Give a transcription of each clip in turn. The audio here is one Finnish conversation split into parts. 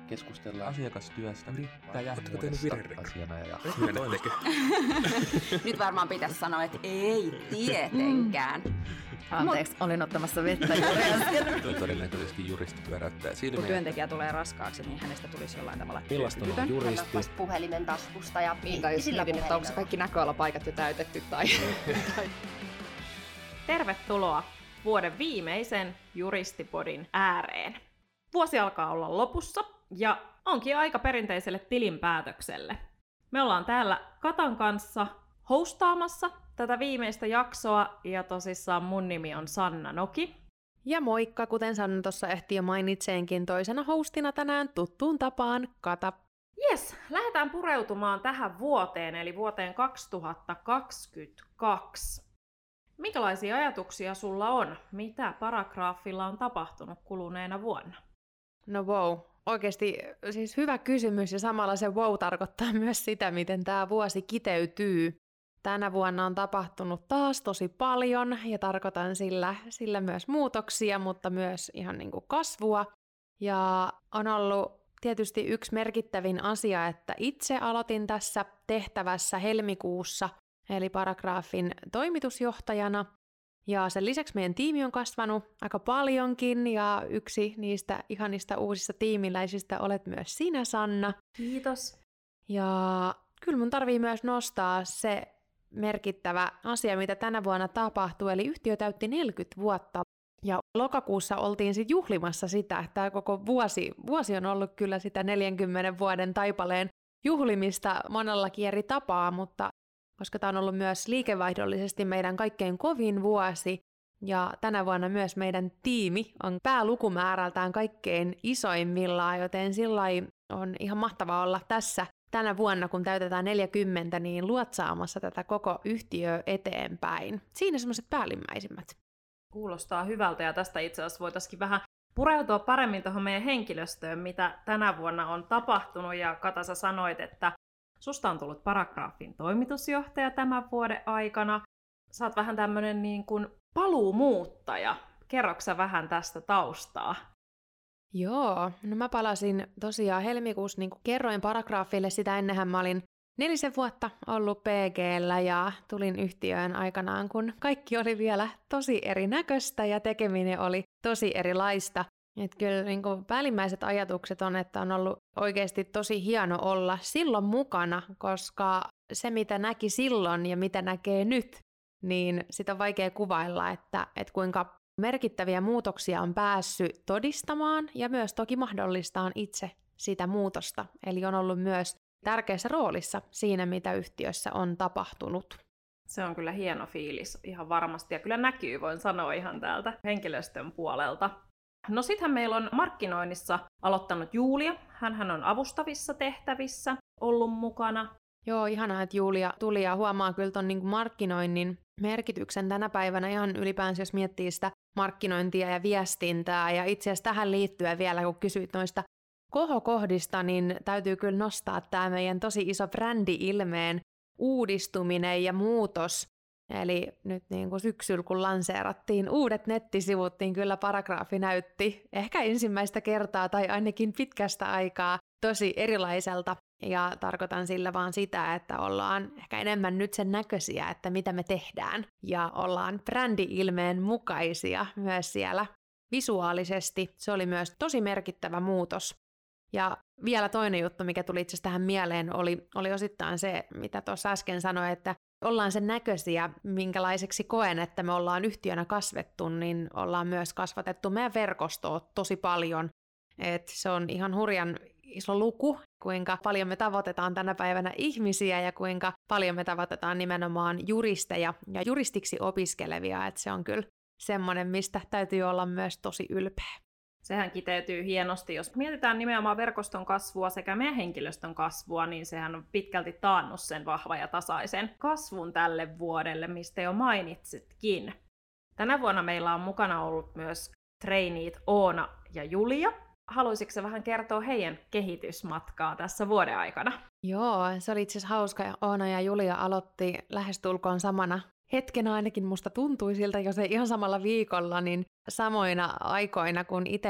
keskustellaan asiakastyöstä, yrittäjästä, asiana ja Nyt varmaan pitäisi sanoa, että ei tietenkään. Anteeksi, olin ottamassa vettä juuri äsken. Todennäköisesti juristi pyöräyttää silmiä. Kun työntekijä tulee raskaaksi, niin hänestä tulisi jollain tavalla millaista on juristi? Puhelimen taskusta ja tai jos mietin, että onko se kaikki näköalapaikat jo täytetty tai... Tervetuloa vuoden viimeisen Juristipodin ääreen. Vuosi alkaa olla lopussa ja onkin aika perinteiselle tilinpäätökselle. Me ollaan täällä Katan kanssa hostaamassa tätä viimeistä jaksoa ja tosissaan mun nimi on Sanna Noki. Ja moikka, kuten Sanna tuossa ehti jo mainitseenkin toisena hostina tänään tuttuun tapaan Kata. Jes, lähdetään pureutumaan tähän vuoteen eli vuoteen 2022. Minkälaisia ajatuksia sulla on? Mitä paragraafilla on tapahtunut kuluneena vuonna? No wow, oikeasti siis hyvä kysymys ja samalla se wow tarkoittaa myös sitä, miten tämä vuosi kiteytyy. Tänä vuonna on tapahtunut taas tosi paljon ja tarkoitan sillä myös muutoksia, mutta myös ihan niin kuin kasvua. Ja on ollut tietysti yksi merkittävin asia, että itse aloitin tässä tehtävässä helmikuussa, eli paragraafin toimitusjohtajana. Ja sen lisäksi meidän tiimi on kasvanut aika paljonkin, ja yksi niistä ihanista uusista tiimiläisistä olet myös sinä, Sanna. Kiitos. Ja kyllä mun tarvii myös nostaa se merkittävä asia, mitä tänä vuonna tapahtuu, eli yhtiö täytti 40 vuotta. Ja lokakuussa oltiin sitten juhlimassa sitä, että tämä koko vuosi on ollut kyllä sitä 40 vuoden taipaleen juhlimista monellakin eri tapaa, mutta koska tämä on ollut myös liikevaihdollisesti meidän kaikkein kovin vuosi, ja tänä vuonna myös meidän tiimi on päälukumäärältään kaikkein isoimmillaan, joten sillai on ihan mahtavaa olla tässä tänä vuonna, kun täytetään 40, niin luotsaamassa tätä koko yhtiöä eteenpäin. Siinä semmoiset päällimmäisimmät. Kuulostaa hyvältä, ja tästä itse asiassa voitaisiin vähän pureutua paremmin tuohon meidän henkilöstöön, mitä tänä vuonna on tapahtunut, ja Kata, sä sanoit, että susta on tullut paragraafin toimitusjohtaja tämän vuoden aikana. Sä oot vähän tämmönen niin kuin paluumuuttaja. Kerroksä vähän tästä taustaa? Joo, no mä palasin tosiaan helmikuussa, niin kuin kerroin paragraafille, sitä ennenhän mä olin 4 vuotta ollut PG:llä ja tulin yhtiöön aikanaan, kun kaikki oli vielä tosi erinäköistä ja tekeminen oli tosi erilaista. Että kyllä niin kuin päällimmäiset ajatukset on, että on ollut oikeasti tosi hieno olla silloin mukana, koska se mitä näki silloin ja mitä näkee nyt, niin sitä on vaikea kuvailla, että kuinka merkittäviä muutoksia on päässyt todistamaan ja myös toki mahdollistaan itse sitä muutosta. Eli on ollut myös tärkeässä roolissa siinä, mitä yhtiössä on tapahtunut. Se on kyllä hieno fiilis ihan varmasti ja kyllä näkyy, voin sanoa ihan täältä henkilöstön puolelta. No sittenhän meillä on markkinoinnissa aloittanut Julia. Hänhän on avustavissa tehtävissä ollut mukana. Joo, ihanaa, että Julia tuli ja huomaa kyllä ton niin markkinoinnin merkityksen tänä päivänä ihan ylipäänsä, jos miettii sitä markkinointia ja viestintää. Ja itse asiassa tähän liittyen vielä, kun kysyit noista kohokohdista, niin täytyy kyllä nostaa tämä meidän tosi iso brändi-ilmeen uudistuminen ja muutos. Eli nyt niin kuin syksyllä, kun lanseerattiin uudet nettisivut, niin kyllä paragraafi näytti ehkä ensimmäistä kertaa tai ainakin pitkästä aikaa tosi erilaiselta. Ja tarkoitan sillä vaan sitä, että ollaan ehkä enemmän nyt sen näköisiä, että mitä me tehdään. Ja ollaan brändi-ilmeen mukaisia myös siellä visuaalisesti. Se oli myös tosi merkittävä muutos. Ja vielä toinen juttu, mikä tuli itse asiassa tähän mieleen, oli osittain se, mitä tuossa äsken sanoin, että ollaan sen näköisiä, minkälaiseksi koen, että me ollaan yhtiönä kasvettu, niin ollaan myös kasvatettu meidän verkostoa tosi paljon. Et se on ihan hurjan iso luku, kuinka paljon me tavoitetaan tänä päivänä ihmisiä ja kuinka paljon me tavoitetaan nimenomaan juristeja ja juristiksi opiskelevia. Et se on kyllä semmoinen, mistä täytyy olla myös tosi ylpeä. Sehän kiteytyy hienosti. Jos mietitään nimenomaan verkoston kasvua sekä meidän henkilöstön kasvua, niin sehän on pitkälti taannut sen vahvan ja tasaisen kasvun tälle vuodelle, mistä jo mainitsitkin. Tänä vuonna meillä on mukana ollut myös traineet Oona ja Julia. Haluaisitko vähän kertoa heidän kehitysmatkaa tässä vuoden aikana? Joo, se oli itse asiassa hauska. Oona ja Julia aloitti lähestulkoon samana hetkenä, ainakin musta tuntui siltä, jos ei ihan samalla viikolla, niin samoina aikoina, kun itse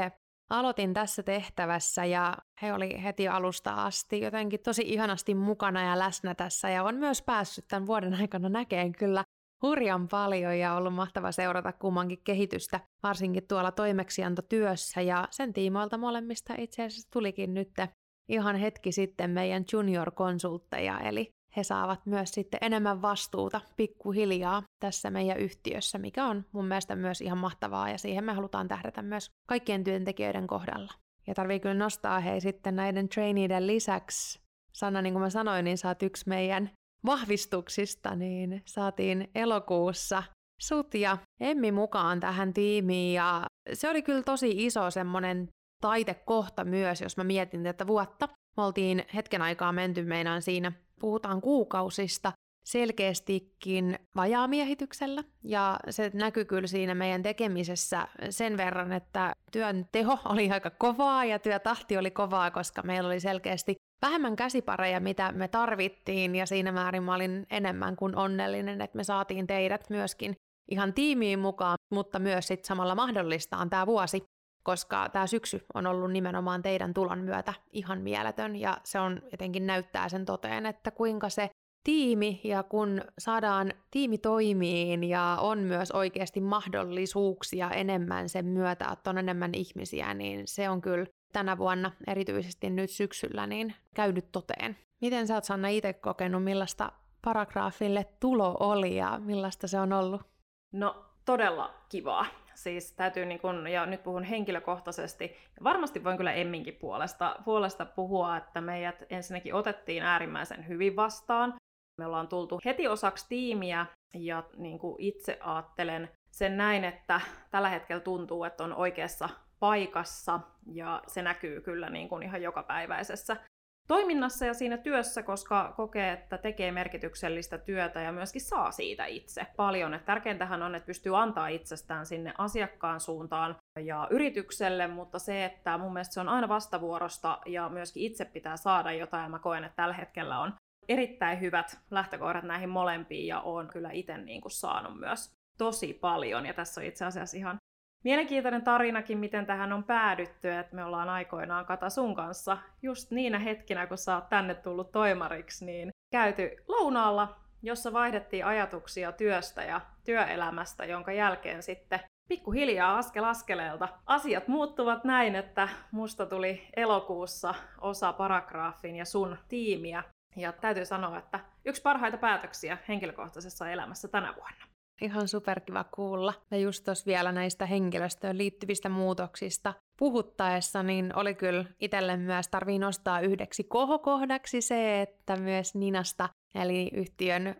aloitin tässä tehtävässä ja he oli heti alusta asti jotenkin tosi ihanasti mukana ja läsnä tässä ja on myös päässyt tämän vuoden aikana näkemään kyllä hurjan paljon ja ollut mahtava seurata kummankin kehitystä, varsinkin tuolla toimeksiantotyössä ja sen tiimoilta molemmista itse asiassa tulikin nyt ihan hetki sitten meidän junior-konsultteja, eli he saavat myös sitten enemmän vastuuta pikkuhiljaa tässä meidän yhtiössä, mikä on mun mielestä myös ihan mahtavaa ja siihen me halutaan tähdätä myös kaikkien työntekijöiden kohdalla. Ja tarvii kyllä nostaa hei sitten näiden traineiden lisäksi. Sanna, niin kuin mä sanoin, niin sä oot yksi meidän vahvistuksista, niin saatiin elokuussa sut ja Emmi mukaan tähän tiimiin ja se oli kyllä tosi iso semmonen taitekohta myös, jos mä mietin tätä vuotta. Me oltiin hetken aikaa menty meinaan siinä, puhutaan kuukausista, selkeästikin vajaamiehityksellä ja se näkyy kyllä siinä meidän tekemisessä sen verran, että työn teho oli aika kovaa ja työtahti oli kovaa, koska meillä oli selkeästi vähemmän käsipareja, mitä me tarvittiin ja siinä määrin mä olin enemmän kuin onnellinen, että me saatiin teidät myöskin ihan tiimiin mukaan, mutta myös sit samalla mahdollistaan tämä vuosi, koska tämä syksy on ollut nimenomaan teidän tulon myötä ihan mieletön ja se on jotenkin näyttää sen toteen, että kuinka se tiimi ja kun saadaan tiimi toimiin ja on myös oikeasti mahdollisuuksia enemmän sen myötä, että on enemmän ihmisiä, niin se on kyllä tänä vuonna, erityisesti nyt syksyllä, niin käynyt toteen. Miten sä oot, Sanna, itse kokenut, millaista Paragraphille tulo oli ja millaista se on ollut? No todella kivaa. Siis täytyy, ja nyt puhun henkilökohtaisesti, ja varmasti voin kyllä Emminkin puolesta puhua, että meidät ensinnäkin otettiin äärimmäisen hyvin vastaan. Me ollaan tultu heti osaksi tiimiä, ja niin kuin itse ajattelen sen näin, että tällä hetkellä tuntuu, että on oikeassa paikassa, ja se näkyy kyllä niin kuin ihan jokapäiväisessä toiminnassa ja siinä työssä, koska kokee, että tekee merkityksellistä työtä ja myöskin saa siitä itse paljon. Et tärkeintähän on, että pystyy antaa itsestään sinne asiakkaan suuntaan ja yritykselle, mutta se, että mun mielestä se on aina vastavuorosta ja myöskin itse pitää saada jotain, ja mä koen, että tällä hetkellä on erittäin hyvät lähtökohdat näihin molempiin ja oon kyllä itse niin kuin saanut myös tosi paljon. Ja tässä on itse asiassa ihan mielenkiintoinen tarinakin, miten tähän on päädytty, että me ollaan aikoinaan Kata sun kanssa just niinä hetkinä, kun sä oot tänne tullut toimariksi, niin käyty lounaalla, jossa vaihdettiin ajatuksia työstä ja työelämästä, jonka jälkeen sitten pikkuhiljaa askel askeleelta asiat muuttuvat näin, että musta tuli elokuussa osa Paragraphin ja sun tiimiä. Ja täytyy sanoa, että yksi parhaita päätöksiä henkilökohtaisessa elämässä tänä vuonna. Ihan superkiva kuulla. Ja just tuossa vielä näistä henkilöstöön liittyvistä muutoksista puhuttaessa, niin oli kyllä itselle myös tarvii nostaa yhdeksi kohokohdaksi se, että myös Ninasta, eli yhtiön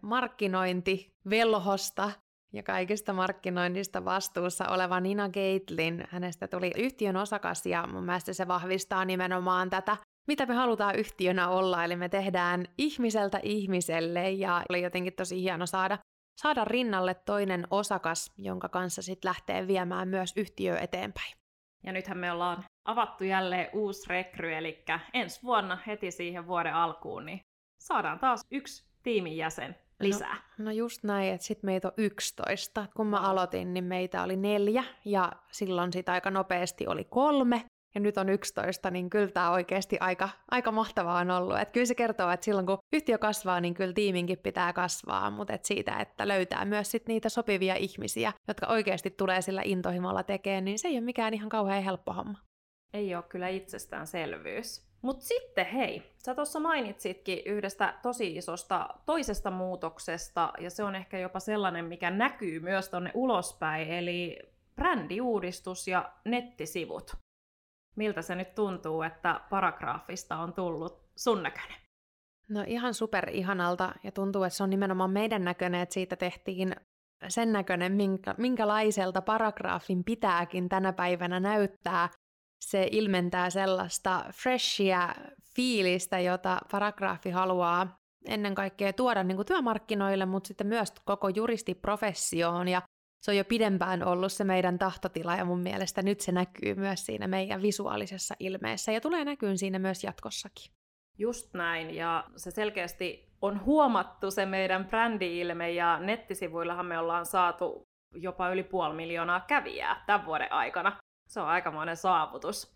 markkinointivelhosta ja kaikista markkinoinnista vastuussa oleva Nina Geitlin, hänestä tuli yhtiön osakas ja mun mielestä se vahvistaa nimenomaan tätä, mitä me halutaan yhtiönä olla, eli me tehdään ihmiseltä ihmiselle ja oli jotenkin tosi hieno saada rinnalle toinen osakas, jonka kanssa sitten lähtee viemään myös yhtiö eteenpäin. Ja nythän me ollaan avattu jälleen uusi rekry, eli ensi vuonna heti siihen vuoden alkuun, niin saadaan taas yksi tiimin jäsen lisää. No just näin, että sitten meitä on 11. Kun mä aloitin, niin meitä oli 4 ja silloin sitä aika nopeasti oli 3. Ja nyt on 11, niin kyllä tämä oikeasti aika mahtavaa on ollut. Et kyllä se kertoo, että silloin kun yhtiö kasvaa, niin kyllä tiiminkin pitää kasvaa, mutta siitä, että löytää myös sit niitä sopivia ihmisiä, jotka oikeasti tulee sillä intohimolla tekemään, niin se ei ole mikään ihan kauhean helppo homma. Ei ole kyllä itsestäänselvyys. Mutta sitten hei, sä tuossa mainitsitkin yhdestä tosi isosta toisesta muutoksesta, ja se on ehkä jopa sellainen, mikä näkyy myös tonne ulospäin, eli brändiuudistus ja nettisivut. Miltä se nyt tuntuu, että Paragraphista on tullut sun näköinen? No ihan super ihanalta ja tuntuu, että se on nimenomaan meidän näköinen, että siitä tehtiin sen näköinen, minkälaiselta Paragraphin pitääkin tänä päivänä näyttää. Se ilmentää sellaista freshia fiilistä, jota Paragraphi haluaa ennen kaikkea tuoda niin kuin työmarkkinoille, mutta sitten myös koko juristiprofessioon ja se on jo pidempään ollut se meidän tahtotila ja mun mielestä nyt se näkyy myös siinä meidän visuaalisessa ilmeessä ja tulee näkyyn siinä myös jatkossakin. Just näin, ja se selkeästi on huomattu se meidän brändi-ilme ja nettisivuillahan me ollaan saatu jopa yli 500 000 kävijää tämän vuoden aikana. Se on aikamoinen saavutus.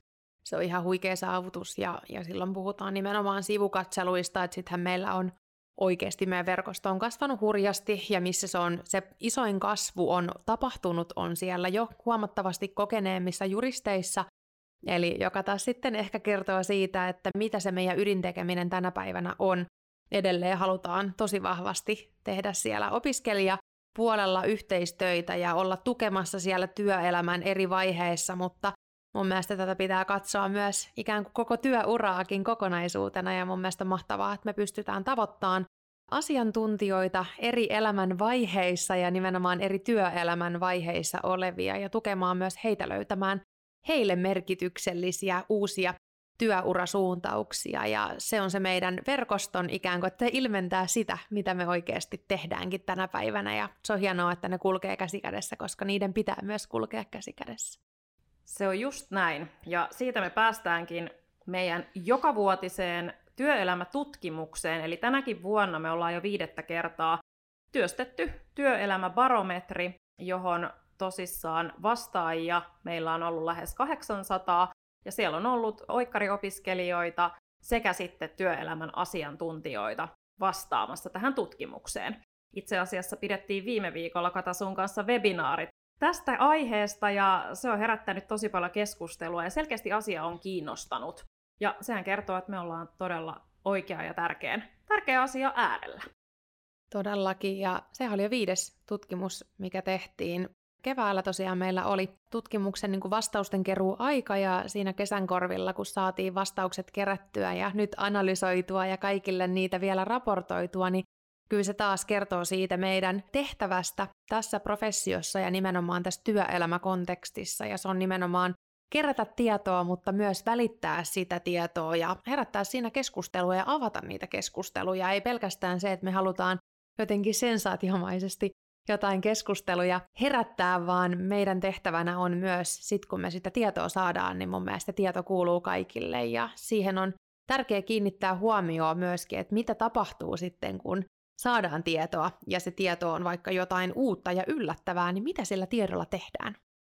se on ihan huikea saavutus ja silloin puhutaan nimenomaan sivukatseluista, että sittenhän meillä on oikeasti meidän verkosto on kasvanut hurjasti ja missä se isoin kasvu on tapahtunut on siellä jo huomattavasti kokeneemmissa juristeissa, eli joka taas sitten ehkä kertoo siitä, että mitä se meidän ydintekeminen tänä päivänä on. Edelleen halutaan tosi vahvasti tehdä siellä opiskelijapuolella yhteistöitä ja olla tukemassa siellä työelämän eri vaiheissa, mutta mun mielestä tätä pitää katsoa myös ikään kuin koko työuraakin kokonaisuutena ja mun mielestä mahtavaa, että me pystytään tavoittamaan asiantuntijoita eri elämän vaiheissa ja nimenomaan eri työelämän vaiheissa olevia ja tukemaan myös heitä löytämään heille merkityksellisiä uusia työurasuuntauksia ja se on se meidän verkoston ikään kuin, että se ilmentää sitä, mitä me oikeasti tehdäänkin tänä päivänä ja se on hienoa, että ne kulkee käsikädessä, koska niiden pitää myös kulkea käsikädessä. Se on just näin ja siitä me päästäänkin meidän jokavuotiseen työelämätutkimukseen, eli tänäkin vuonna me ollaan jo 5. kertaa työstetty työelämäbarometri, johon tosissaan vastaajia meillä on ollut lähes 800, ja siellä on ollut oikkariopiskelijoita sekä sitten työelämän asiantuntijoita vastaamassa tähän tutkimukseen. Itse asiassa pidettiin viime viikolla Kata sun kanssa webinaarit tästä aiheesta, ja se on herättänyt tosi paljon keskustelua, ja selkeästi asia on kiinnostanut. Ja sehän kertoo, että me ollaan todella oikea ja tärkeä asia äärellä. Todellakin, ja sehän oli jo 5. tutkimus, mikä tehtiin. Keväällä tosiaan meillä oli tutkimuksen niin kuin vastausten keruu aika ja siinä kesän korvilla, kun saatiin vastaukset kerättyä ja nyt analysoitua ja kaikille niitä vielä raportoitua, niin kyllä se taas kertoo siitä meidän tehtävästä tässä professiossa ja nimenomaan tässä työelämäkontekstissa ja se on nimenomaan kerätä tietoa, mutta myös välittää sitä tietoa ja herättää siinä keskustelua ja avata niitä keskusteluja. Ei pelkästään se, että me halutaan jotenkin sensaatiomaisesti jotain keskusteluja herättää, vaan meidän tehtävänä on myös, sit kun me sitä tietoa saadaan, niin mun mielestä tieto kuuluu kaikille ja siihen on tärkeää kiinnittää huomioon myöskin, että mitä tapahtuu sitten, kun saadaan tietoa ja se tieto on vaikka jotain uutta ja yllättävää, niin mitä sillä tiedolla tehdään?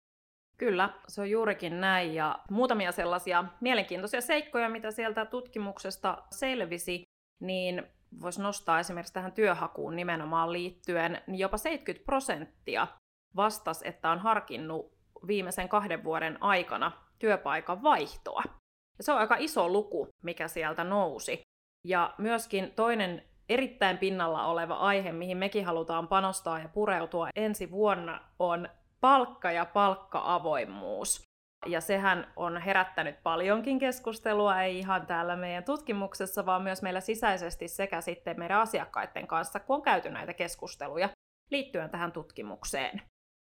Kyllä, se on juurikin näin ja muutamia sellaisia mielenkiintoisia seikkoja, mitä sieltä tutkimuksesta selvisi, niin voisi nostaa esimerkiksi tähän työhakuun nimenomaan liittyen, niin jopa 70% vastasi, että on harkinnut viimeisen 2 vuoden aikana työpaikan vaihtoa. Ja se on aika iso luku, mikä sieltä nousi. Ja myöskin toinen erittäin pinnalla oleva aihe, mihin mekin halutaan panostaa ja pureutua ensi vuonna, on palkka ja palkka-avoimuus. Ja sehän on herättänyt paljonkin keskustelua, ei ihan täällä meidän tutkimuksessa, vaan myös meillä sisäisesti sekä sitten meidän asiakkaiden kanssa, kun on käyty näitä keskusteluja liittyen tähän tutkimukseen.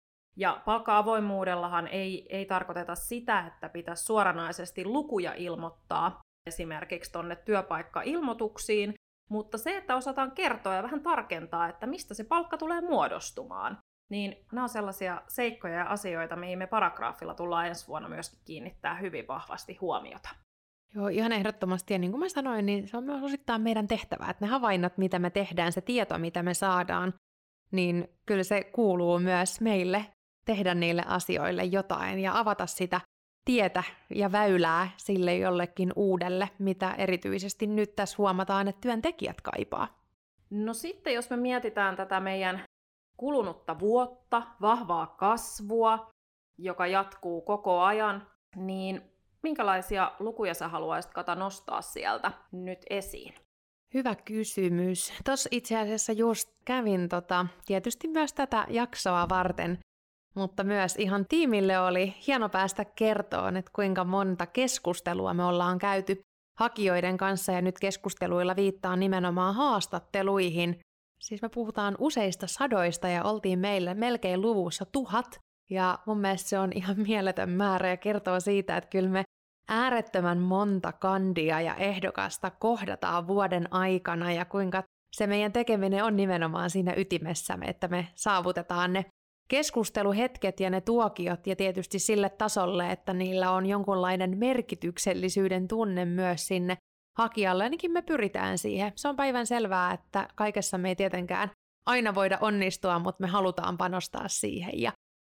Ja palkka-avoimuudellahan ei tarkoiteta sitä, että pitäisi suoranaisesti lukuja ilmoittaa esimerkiksi tuonne työpaikkailmoituksiin, mutta se, että osataan kertoa ja vähän tarkentaa, että mistä se palkka tulee muodostumaan, niin nämä on sellaisia seikkoja ja asioita, mihin me Paragraafilla tullaan ensi vuonna myöskin kiinnittää hyvin vahvasti huomiota. Joo, ihan ehdottomasti. Ja niin kuin mä sanoin, niin se on myös osittain meidän tehtävä, että ne havainnot, mitä me tehdään, se tieto, mitä me saadaan, niin kyllä se kuuluu myös meille tehdä niille asioille jotain ja avata sitä tietä ja väylää sille jollekin uudelle, mitä erityisesti nyt tässä huomataan, että työntekijät kaipaa. No sitten, jos me mietitään tätä meidän kulunutta vuotta, vahvaa kasvua, joka jatkuu koko ajan, niin minkälaisia lukuja sä haluaisit, Kata, nostaa sieltä nyt esiin? Hyvä kysymys. Tuossa itse asiassa just kävin tietysti myös tätä jaksoa varten, mutta myös ihan tiimille oli hieno päästä kertomaan, että kuinka monta keskustelua me ollaan käyty hakijoiden kanssa ja nyt keskusteluilla viittaan nimenomaan haastatteluihin. Siis me puhutaan useista sadoista ja oltiin meille melkein luvussa 1000 ja mun mielestä se on ihan mieletön määrä ja kertoo siitä, että kyllä me äärettömän monta kandia ja ehdokasta kohdataan vuoden aikana ja kuinka se meidän tekeminen on nimenomaan siinä ytimessämme, että me saavutetaan ne keskusteluhetket ja ne tuokiot ja tietysti sille tasolle, että niillä on jonkunlainen merkityksellisyyden tunne myös sinne hakijalle. Ainakin me pyritään siihen. Se on päivän selvää, että kaikessa me ei tietenkään aina voida onnistua, mutta me halutaan panostaa siihen. Ja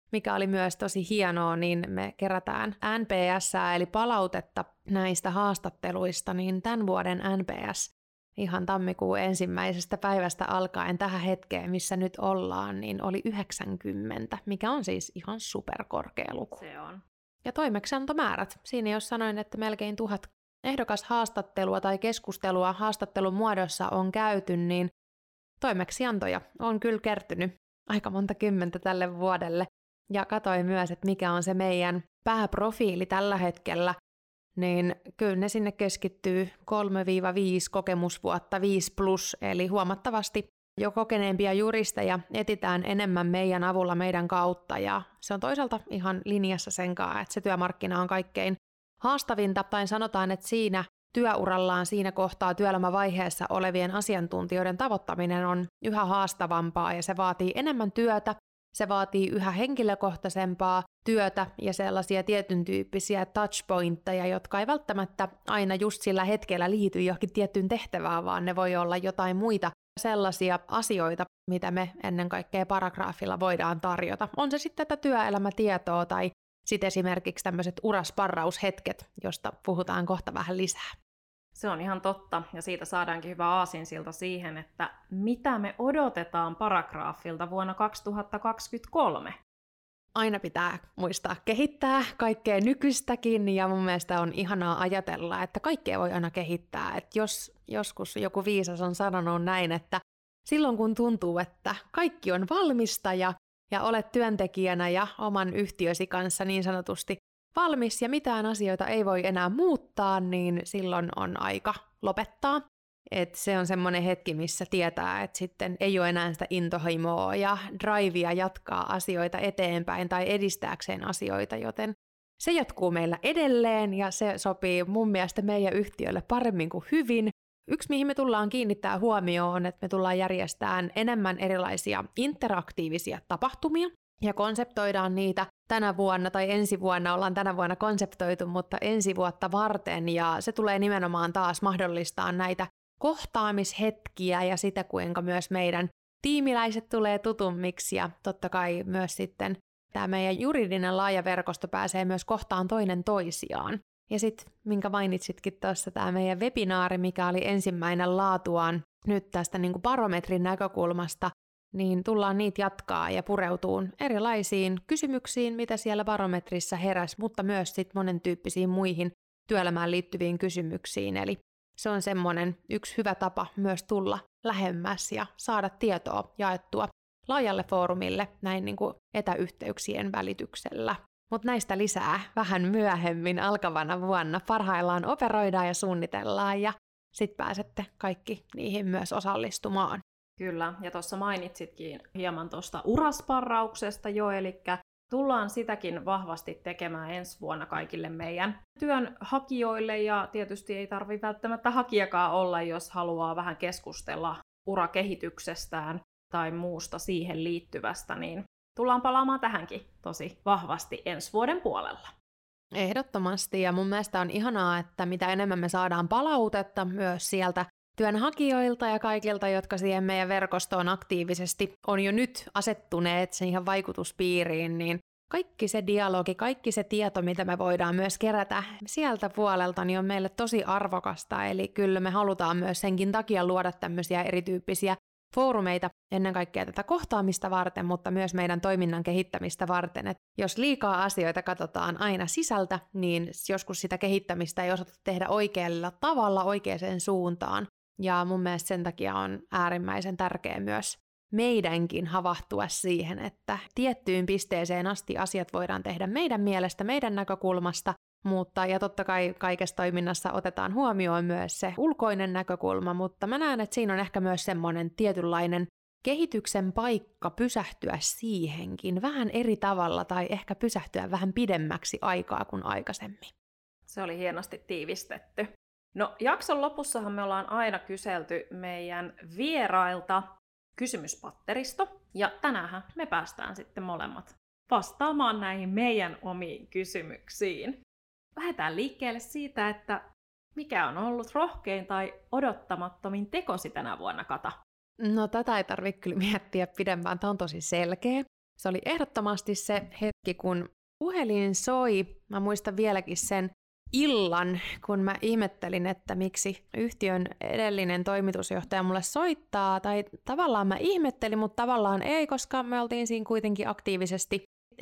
mikä oli myös tosi hienoa, niin me kerätään NPS, eli palautetta näistä haastatteluista, niin tämän vuoden NPS ihan tammikuun 1. päivästä alkaen tähän hetkeen, missä nyt ollaan, niin oli 90, mikä on siis ihan superkorkea luku. Se on. Ja toimeksiantomäärät. Siinä jos sanoin, että melkein 1000 ehdokashaastattelua tai keskustelua haastattelun muodossa on käyty, niin toimeksiantoja on kyllä kertynyt aika monta kymmentä tälle vuodelle. Ja katsoin myös, että mikä on se meidän pääprofiili tällä hetkellä, niin kyllä ne sinne keskittyy 3-5 kokemusvuotta, 5+, eli huomattavasti jo kokeneempia juristeja etitään enemmän meidän avulla meidän kautta, ja se on toisaalta ihan linjassa sen kanssa, että se työmarkkina on kaikkein haastavinta, tai sanotaan, että siinä työurallaan siinä kohtaa työelämävaiheessa olevien asiantuntijoiden tavoittaminen on yhä haastavampaa, ja se vaatii enemmän työtä, se vaatii yhä henkilökohtaisempaa työtä ja sellaisia tietyn tyyppisiä touchpointteja, jotka ei välttämättä aina just sillä hetkellä liity johonkin tiettyyn tehtävään, vaan ne voi olla jotain muita sellaisia asioita, mitä me ennen kaikkea paragraafilla voidaan tarjota. On se sitten tätä työelämätietoa tai sitten esimerkiksi tämmöiset urasparraushetket, josta puhutaan kohta vähän lisää. Se on ihan totta, ja siitä saadaankin hyvä aasinsilta siihen, että mitä me odotetaan paragraafilta vuonna 2023. Aina pitää muistaa kehittää kaikkea nykyistäkin, ja mun mielestä on ihanaa ajatella, että kaikkea voi aina kehittää. Että jos joskus joku viisas on sanonut näin, että silloin kun tuntuu, että kaikki on valmista ja olet työntekijänä ja oman yhtiösi kanssa niin sanotusti valmis ja mitään asioita ei voi enää muuttaa, niin silloin on aika lopettaa. Et se on semmoinen hetki, missä tietää, että sitten ei ole enää sitä intohimoa ja drivea jatkaa asioita eteenpäin tai edistääkseen asioita, joten se jatkuu meillä edelleen ja se sopii mun mielestä meidän yhtiölle paremmin kuin hyvin. Yksi, mihin me tullaan kiinnittää huomioon, on, että me tullaan järjestämään enemmän erilaisia interaktiivisia tapahtumia ja konseptoidaan niitä tänä vuonna tai ensi vuonna, ollaan tänä vuonna konseptoitu, mutta ensi vuotta varten ja se tulee nimenomaan taas mahdollistaa näitä kohtaamishetkiä ja sitä, kuinka myös meidän tiimiläiset tulee tutummiksi ja totta kai myös sitten tämä meidän juridinen laaja verkosto pääsee myös kohtaan toinen toisiaan. Ja sitten, minkä mainitsitkin tuossa, tämä meidän webinaari, mikä oli ensimmäinen laatuaan nyt tästä niin kuin barometrin näkökulmasta, niin tullaan niitä jatkaa ja pureutuun erilaisiin kysymyksiin, mitä siellä barometrissa heräsi, mutta myös sitten monen tyyppisiin muihin työelämään liittyviin kysymyksiin. Eli se on semmoinen yksi hyvä tapa myös tulla lähemmäs ja saada tietoa jaettua laajalle foorumille näin niin kuin etäyhteyksien välityksellä. Mutta näistä lisää vähän myöhemmin alkavana vuonna. Parhaillaan operoidaan ja suunnitellaan ja sitten pääsette kaikki niihin myös osallistumaan. Kyllä, ja tuossa mainitsitkin hieman tuosta urasparrauksesta jo, eli tullaan sitäkin vahvasti tekemään ensi vuonna kaikille meidän työnhakijoille, ja tietysti ei tarvitse välttämättä hakijakaan olla, jos haluaa vähän keskustella urakehityksestään tai muusta siihen liittyvästä, niin tullaan palaamaan tähänkin tosi vahvasti ensi vuoden puolella. Ehdottomasti, ja mun mielestä on ihanaa, että mitä enemmän me saadaan palautetta myös sieltä työnhakijoilta ja kaikilta, jotka siihen meidän verkostoon aktiivisesti on jo nyt asettuneet siihen vaikutuspiiriin, niin kaikki se dialogi, kaikki se tieto, mitä me voidaan myös kerätä sieltä puolelta, niin on meille tosi arvokasta. Eli kyllä me halutaan myös senkin takia luoda tämmöisiä erityyppisiä foorumeita ennen kaikkea tätä kohtaamista varten, mutta myös meidän toiminnan kehittämistä varten. Et jos liikaa asioita katsotaan aina sisältä, niin joskus sitä kehittämistä ei osata tehdä oikealla tavalla oikeaan suuntaan. Ja mun mielestä sen takia on äärimmäisen tärkeää myös meidänkin havahtua siihen, että tiettyyn pisteeseen asti asiat voidaan tehdä meidän mielestä, meidän näkökulmasta, mutta ja totta kai kaikessa toiminnassa otetaan huomioon myös se ulkoinen näkökulma, mutta mä näen, että siinä on ehkä myös semmoinen tietynlainen kehityksen paikka pysähtyä siihenkin vähän eri tavalla tai ehkä pysähtyä vähän pidemmäksi aikaa kuin aikaisemmin. Se oli hienosti tiivistetty. No, jakson lopussahan me ollaan aina kyselty meidän vierailta kysymyspatteristo, ja tänään me päästään sitten molemmat vastaamaan näihin meidän omiin kysymyksiin. Lähdetään liikkeelle siitä, että mikä on ollut rohkein tai odottamattomin tekosi tänä vuonna, Kata? No tätä ei tarvitse kyllä miettiä pidempään, tämä on tosi selkeä. Se oli ehdottomasti se hetki, kun puhelin soi. Mä muistan vieläkin sen illan, kun mä ihmettelin, että miksi yhtiön edellinen toimitusjohtaja mulle soittaa. Tai tavallaan mä ihmettelin, mutta tavallaan ei, koska me oltiin siinä kuitenkin aktiivisesti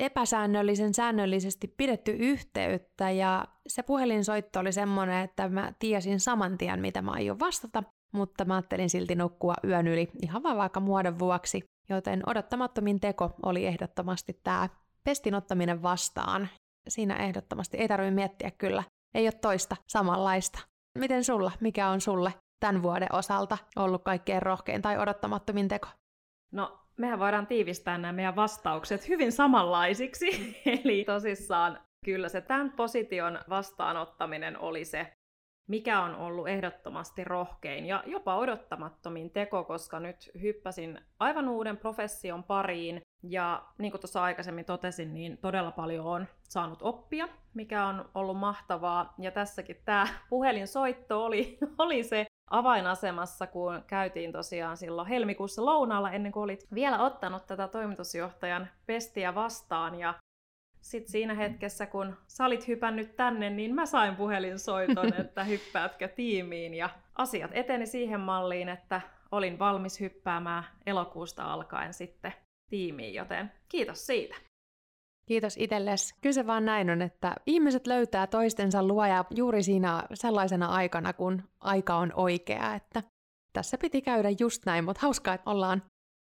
säännöllisesti pidetty yhteyttä. Ja se puhelinsoitto oli semmoinen, että mä tiesin saman tien, mitä mä aion vastata. Mutta mä ajattelin silti nukkua yön yli ihan vaan vaikka muodon vuoksi. Joten odottamattomin teko oli ehdottomasti tämä pestin ottaminen vastaan. Siinä ehdottomasti ei tarvitse miettiä kyllä. Ei ole toista samanlaista. Miten sulla? Mikä on sulle tämän vuoden osalta ollut kaikkein rohkein tai odottamattomin teko? No, mehän voidaan tiivistää nämä meidän vastaukset hyvin samanlaisiksi. Eli tosissaan kyllä se tämän position vastaanottaminen oli se, mikä on ollut ehdottomasti rohkein ja jopa odottamattomin teko, koska nyt hyppäsin aivan uuden profession pariin. Ja niin kuin tuossa aikaisemmin totesin, niin todella paljon on saanut oppia, mikä on ollut mahtavaa. Ja tässäkin tämä puhelinsoitto oli se avainasemassa, kun käytiin tosiaan silloin helmikuussa lounaalla, ennen kuin olit vielä ottanut tätä toimitusjohtajan pestiä vastaan. Ja sitten siinä hetkessä, kun sä olit hypännyt tänne, niin mä sain puhelinsoiton, että hyppäätkö tiimiin. Ja asiat eteni siihen malliin, että olin valmis hyppäämään elokuusta alkaen sitten tiimiin, joten kiitos siitä. Kiitos itsellesi. Kyllä se vaan näin on, että ihmiset löytää toistensa luo ja juuri siinä sellaisena aikana, kun aika on oikea, että tässä piti käydä just näin, mutta hauskaa, että ollaan.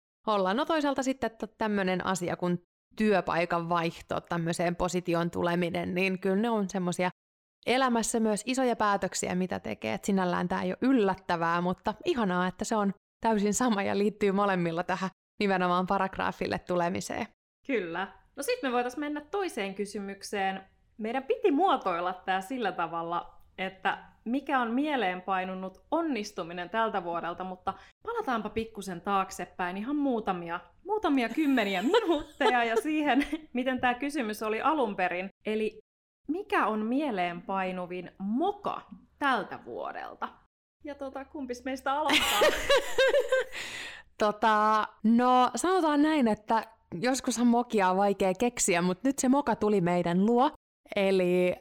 No toisaalta sitten että tämmöinen asia kuin työpaikan vaihto, tämmöiseen positioon tuleminen, niin kyllä ne on semmoisia elämässä myös isoja päätöksiä, mitä tekee. Et sinällään tämä ei ole yllättävää, mutta ihanaa, että se on täysin sama ja liittyy molemmilla tähän nimenomaan paragraafille tulemiseen. Kyllä. No sitten me voitaisiin mennä toiseen kysymykseen. Meidän piti muotoilla tämä sillä tavalla, että mikä on mieleenpainunut onnistuminen tältä vuodelta, mutta palataanpa pikkusen taaksepäin, ihan muutamia kymmeniä minuutteja ja siihen, miten tämä kysymys oli alun perin. Eli mikä on mieleenpainuvin moka tältä vuodelta? Ja kumpis meistä aloittaa? No sanotaan näin, että joskushan mokia on vaikea keksiä, mutta nyt se moka tuli meidän luo. Eli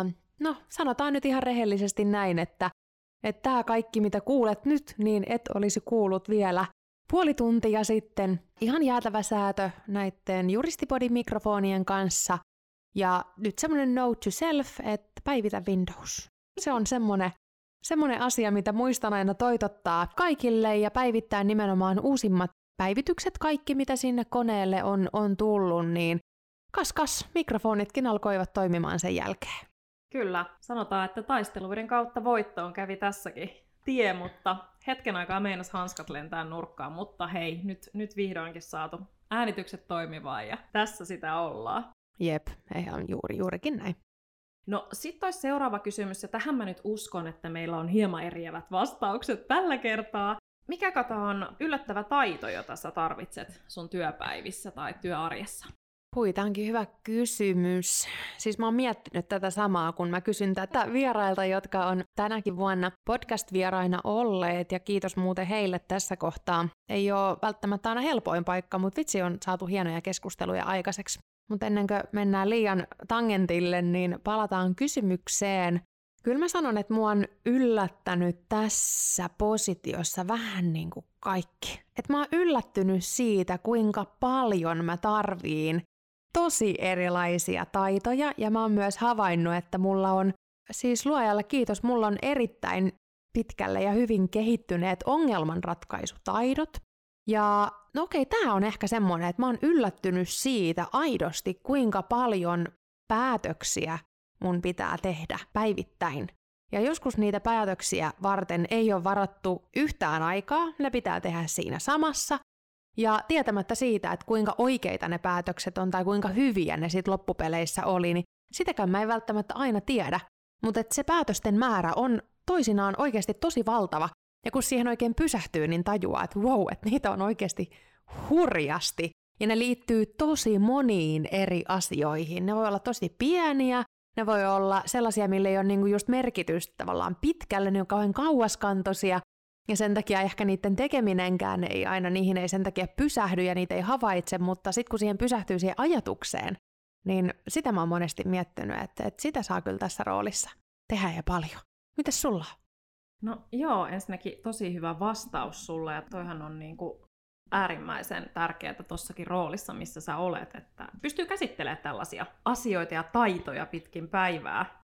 no sanotaan nyt ihan rehellisesti näin, että tämä kaikki mitä kuulet nyt, niin et olisi kuullut vielä puoli tuntia sitten. Ihan jäätävä säätö näiden Juristipodin mikrofonien kanssa. Ja nyt semmoinen note to self, että päivitä Windows. Se on semmoinen asia, mitä muistan aina toitottaa kaikille ja päivittää nimenomaan uusimmat päivitykset, kaikki mitä sinne koneelle on tullut, niin kas, mikrofonitkin alkoivat toimimaan sen jälkeen. Kyllä, sanotaan, että taisteluiden kautta voittoon kävi tässäkin tie, mutta hetken aikaa meinas hanskat lentää nurkkaan, mutta hei, nyt vihdoinkin saatu äänitykset toimimaan ja tässä sitä ollaan. Jep, ihan juurikin näin. No sit olisi seuraava kysymys, ja tähän mä nyt uskon, että meillä on hieman eriävät vastaukset tällä kertaa. Mikä on yllättävä taito, jota sä tarvitset sun työpäivissä tai työarjessa? Tämä onkin hyvä kysymys. Siis mä oon miettinyt tätä samaa, kun mä kysyn tätä vierailta, jotka on tänäkin vuonna podcast-vieraina olleet, ja kiitos muuten heille tässä kohtaa. Ei ole välttämättä aina helpoin paikka, mutta vitsi on saatu hienoja keskusteluja aikaiseksi. Mutta ennen kuin mennään liian tangentille, niin palataan kysymykseen. Kyllä mä sanon, että mua on yllättänyt tässä positiossa vähän niin kuin kaikki. Että mä oon yllättynyt siitä, kuinka paljon mä tarviin tosi erilaisia taitoja. Ja mä oon myös havainnut, että mulla on, siis luojalle kiitos, mulla on erittäin pitkälle ja hyvin kehittyneet ongelmanratkaisutaidot. Ja no okei, tää on ehkä semmoinen, että mä oon yllättynyt siitä aidosti, kuinka paljon päätöksiä mun pitää tehdä päivittäin. Ja joskus niitä päätöksiä varten ei ole varattu yhtään aikaa, ne pitää tehdä siinä samassa. Ja tietämättä siitä, että kuinka oikeita ne päätökset on tai kuinka hyviä ne sit loppupeleissä oli, niin sitäkään mä en välttämättä aina tiedä. Mutta se päätösten määrä on toisinaan oikeasti tosi valtava. Ja kun siihen oikein pysähtyy, niin tajuaa, että wow, että niitä on oikeasti hurjasti. Ja ne liittyy tosi moniin eri asioihin. Ne voi olla tosi pieniä, ne voi olla sellaisia, millä ei ole niinku just merkitystä tavallaan pitkälle, ne on kauhean kauaskantoisia. ja sen takia ehkä niiden tekeminenkään ei aina, niihin ei sen takia pysähdy ja niitä ei havaitse, mutta sitten kun siihen pysähtyy siihen ajatukseen, niin sitä mä oon monesti miettinyt, että sitä saa kyllä tässä roolissa tehdä ja paljon. Mites sulla? No joo, ensinnäkin tosi hyvä vastaus sulle, ja toihan on niinku äärimmäisen tärkeää tuossakin roolissa, missä sä olet, että pystyy käsittelemään tällaisia asioita ja taitoja pitkin päivää.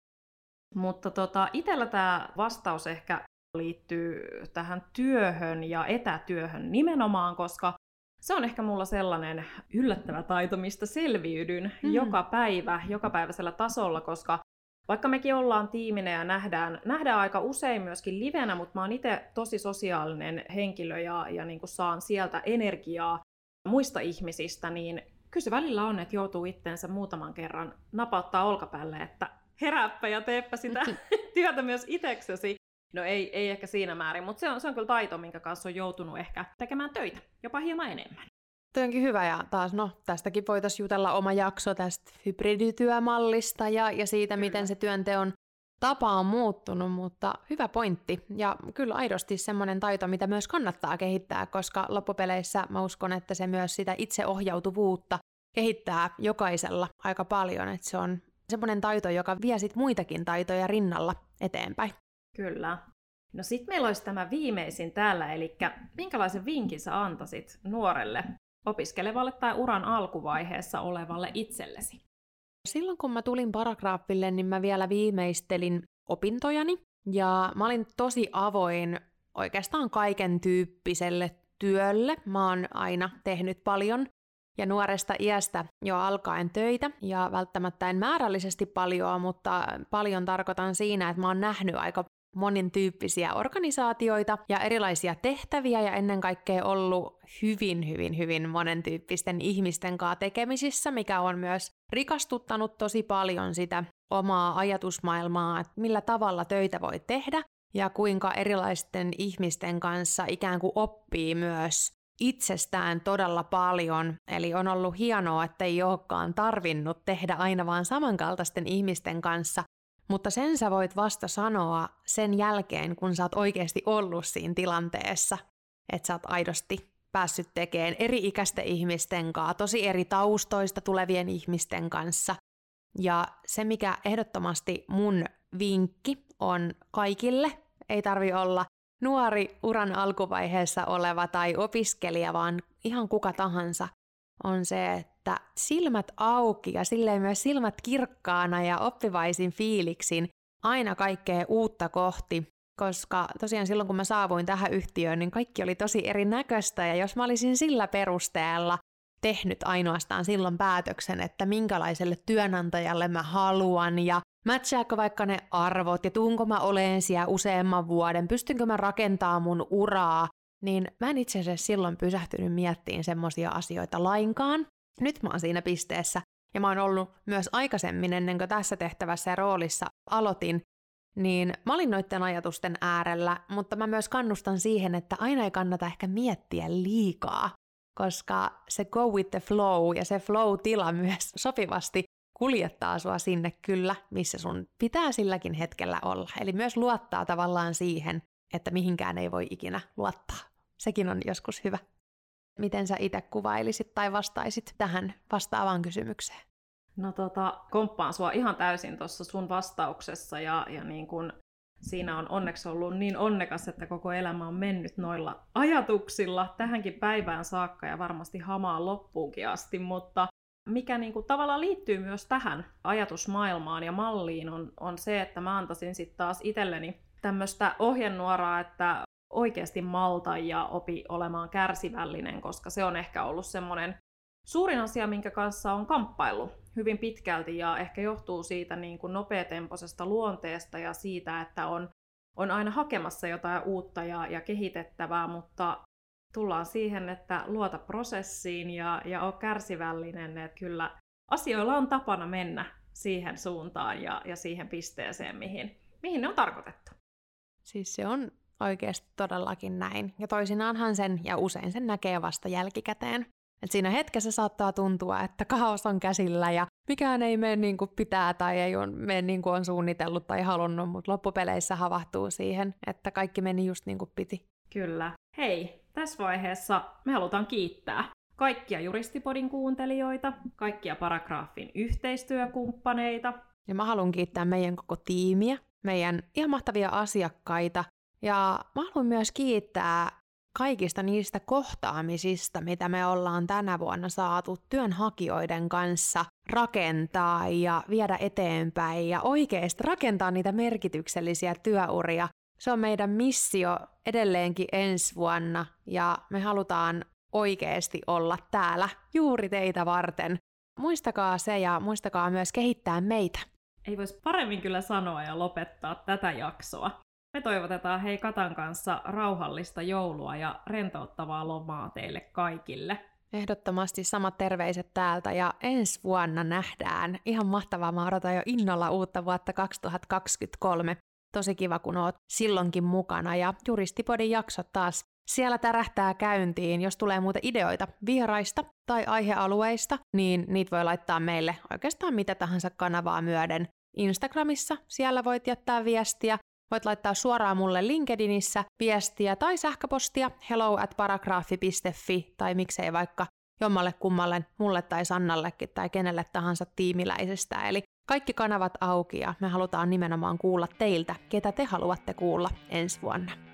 Mutta itsellä tämä vastaus ehkä liittyy tähän työhön ja etätyöhön nimenomaan, koska se on ehkä mulla sellainen yllättävä taito, mistä selviydyn jokapäiväisellä tasolla, koska vaikka mekin ollaan tiiminä ja nähdään aika usein myöskin livenä, mutta mä oon itse tosi sosiaalinen henkilö ja niin kuin saan sieltä energiaa muista ihmisistä, niin kyllä se välillä on, että joutuu itteensä muutaman kerran napauttaa olkapäälle, että herääppä ja teepä sitä työtä myös itseksesi. No ei ehkä siinä määrin, mutta se on kyllä taito, minkä kanssa on joutunut ehkä tekemään töitä, jopa hieman enemmän. Toi onkin hyvä, ja taas tästäkin voitaisiin jutella oma jakso tästä hybridityömallista ja siitä, miten se työnteon tapa on muuttunut, mutta hyvä pointti. Ja kyllä aidosti semmoinen taito, mitä myös kannattaa kehittää, koska loppupeleissä mä uskon, että se myös sitä itseohjautuvuutta kehittää jokaisella aika paljon, että se on semmoinen taito, joka vie sit muitakin taitoja rinnalla eteenpäin. Kyllä. No sit meillä olisi tämä viimeisin täällä, eli minkälaisen vinkin sä antaisit nuorelle opiskelevalle tai uran alkuvaiheessa olevalle itsellesi? Silloin kun mä tulin paragraafille, niin mä vielä viimeistelin opintojani ja mä olin tosi avoin oikeastaan kaiken tyyppiselle työlle. Mä oon aina tehnyt paljon ja nuoresta iästä jo alkaen töitä ja välttämättä en määrällisesti paljon, mutta paljon tarkoitan siinä, että mä oon nähnyt aika monin tyyppisiä organisaatioita ja erilaisia tehtäviä ja ennen kaikkea ollut hyvin monen tyyppisten ihmisten kanssa tekemisissä, mikä on myös rikastuttanut tosi paljon sitä omaa ajatusmaailmaa, että millä tavalla töitä voi tehdä ja kuinka erilaisten ihmisten kanssa ikään kuin oppii myös itsestään todella paljon. Eli on ollut hienoa, että ei olekaan tarvinnut tehdä aina vaan samankaltaisten ihmisten kanssa, mutta sen sä voit vasta sanoa sen jälkeen, kun sä oot oikeasti ollut siinä tilanteessa, että sä oot aidosti päässyt tekemään eri-ikäisten ihmisten kanssa, tosi eri taustoista tulevien ihmisten kanssa. Ja se, mikä ehdottomasti mun vinkki on kaikille, ei tarvi olla nuori uran alkuvaiheessa oleva tai opiskelija, vaan ihan kuka tahansa, on se, että silmät auki ja silleen myös silmät kirkkaana ja oppivaisin fiiliksin aina kaikkea uutta kohti, koska tosiaan silloin kun mä saavuin tähän yhtiöön, niin kaikki oli tosi erinäköistä ja jos mä olisin sillä perusteella tehnyt ainoastaan silloin päätöksen, että minkälaiselle työnantajalle mä haluan ja matchaako vaikka ne arvot ja tuunko mä oleen siellä useamman vuoden, pystynkö mä rakentamaan mun uraa, niin mä en itse asiassa silloin pysähtynyt miettimään semmoisia asioita lainkaan. Nyt mä oon siinä pisteessä ja mä oon ollut myös aikaisemmin ennen kuin tässä tehtävässä ja roolissa aloitin, niin mä olin noiden ajatusten äärellä, mutta mä myös kannustan siihen, että aina ei kannata ehkä miettiä liikaa, koska se go with the flow ja se flow-tila myös sopivasti kuljettaa sua sinne kyllä, missä sun pitää silläkin hetkellä olla. Eli myös luottaa tavallaan siihen, että mihinkään ei voi ikinä luottaa. Sekin on joskus hyvä. Miten sä itse kuvailisit tai vastaisit tähän vastaavaan kysymykseen? No komppaan sua ihan täysin tuossa sun vastauksessa ja niin kun siinä on onneksi ollut niin onnekas, että koko elämä on mennyt noilla ajatuksilla tähänkin päivään saakka ja varmasti hamaan loppuunkin asti, mutta mikä niin kuin tavallaan liittyy myös tähän ajatusmaailmaan ja malliin on se, että mä antaisin sitten taas itselleni tämmöistä ohjenuoraa, että oikeasti malta ja opi olemaan kärsivällinen, koska se on ehkä ollut semmoinen suurin asia, minkä kanssa on kamppaillut hyvin pitkälti ja ehkä johtuu siitä niin kuin nopeatempoisesta luonteesta ja siitä, että on aina hakemassa jotain uutta ja kehitettävää, mutta tullaan siihen, että luota prosessiin ja ole kärsivällinen, että kyllä asioilla on tapana mennä siihen suuntaan ja siihen pisteeseen, mihin ne on tarkoitettu. Siis se on oikeasti todellakin näin. Ja toisinaanhan sen, ja usein sen näkee vasta jälkikäteen. Et siinä hetkessä saattaa tuntua, että kaos on käsillä ja mikään ei mene niin kuin pitää tai ei mene niin kuin on suunnitellut tai halunnut, mutta loppupeleissä havahtuu siihen, että kaikki meni just niin kuin piti. Kyllä. Hei, tässä vaiheessa me halutaan kiittää kaikkia Juristipodin kuuntelijoita, kaikkia Paragraafin yhteistyökumppaneita. Ja mä haluan kiittää meidän koko tiimiä, meidän ihan mahtavia asiakkaita. Ja mä haluan myös kiittää kaikista niistä kohtaamisista, mitä me ollaan tänä vuonna saatu työnhakijoiden kanssa rakentaa ja viedä eteenpäin ja oikeasti rakentaa niitä merkityksellisiä työuria. Se on meidän missio edelleenkin ensi vuonna ja me halutaan oikeasti olla täällä juuri teitä varten. Muistakaa se ja muistakaa myös kehittää meitä. Ei voisi paremmin kyllä sanoa ja lopettaa tätä jaksoa. Me toivotetaan hei Katan kanssa rauhallista joulua ja rentouttavaa lomaa teille kaikille. Ehdottomasti samat terveiset täältä ja ensi vuonna nähdään. Ihan mahtavaa, mä odotan jo innolla uutta vuotta 2023. Tosi kiva, kun oot silloinkin mukana ja Juristipodin jaksot taas siellä tärähtää käyntiin. Jos tulee muuten ideoita vieraista tai aihealueista, niin niitä voi laittaa meille oikeastaan mitä tahansa kanavaa myöden. Instagramissa siellä voit jättää viestiä. Voit laittaa suoraan mulle LinkedInissä viestiä tai sähköpostia hello@paragraphi.fi tai miksei vaikka jommalle kummalle, mulle tai Sannallekin tai kenelle tahansa tiimiläisestä. Eli kaikki kanavat auki ja me halutaan nimenomaan kuulla teiltä, ketä te haluatte kuulla ensi vuonna.